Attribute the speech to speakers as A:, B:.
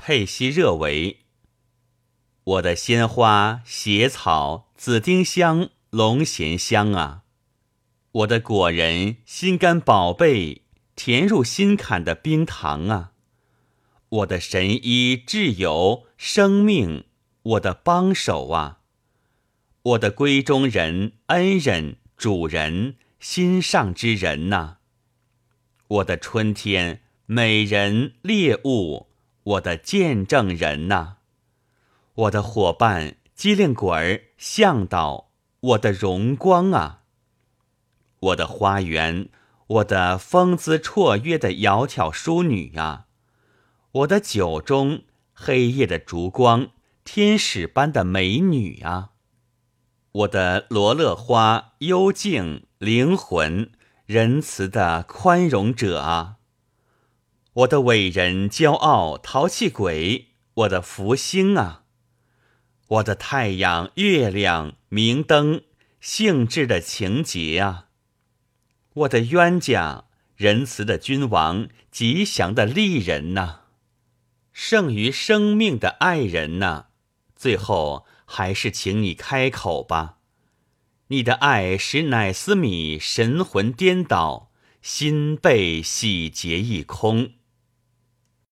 A: 佩西热为。我的鲜花、血草、紫丁香、龙涎香啊，我的果仁、心肝宝贝，填入心坎的冰糖啊，我的神医、挚友、生命，我的帮手啊，我的闺中人、恩人、主人、心上之人呐，我的春天、美人、猎物，我的见证人呐，我的伙伴、机灵鬼儿、向导，我的荣光啊，我的花园，我的风姿绰约的窈窕淑女啊，我的酒中黑夜的烛光，天使般的美女啊，我的罗勒花，幽静灵魂，仁慈的宽容者啊，我的伟人、骄傲、淘气鬼，我的福星啊，我的太阳、月亮、明灯，兴致的情节啊，我的冤家，仁慈的君王，吉祥的丽人呐，胜于生命的爱人呐，最后还是请你开口吧。你的爱使乃斯米神魂颠倒，心被洗劫一空。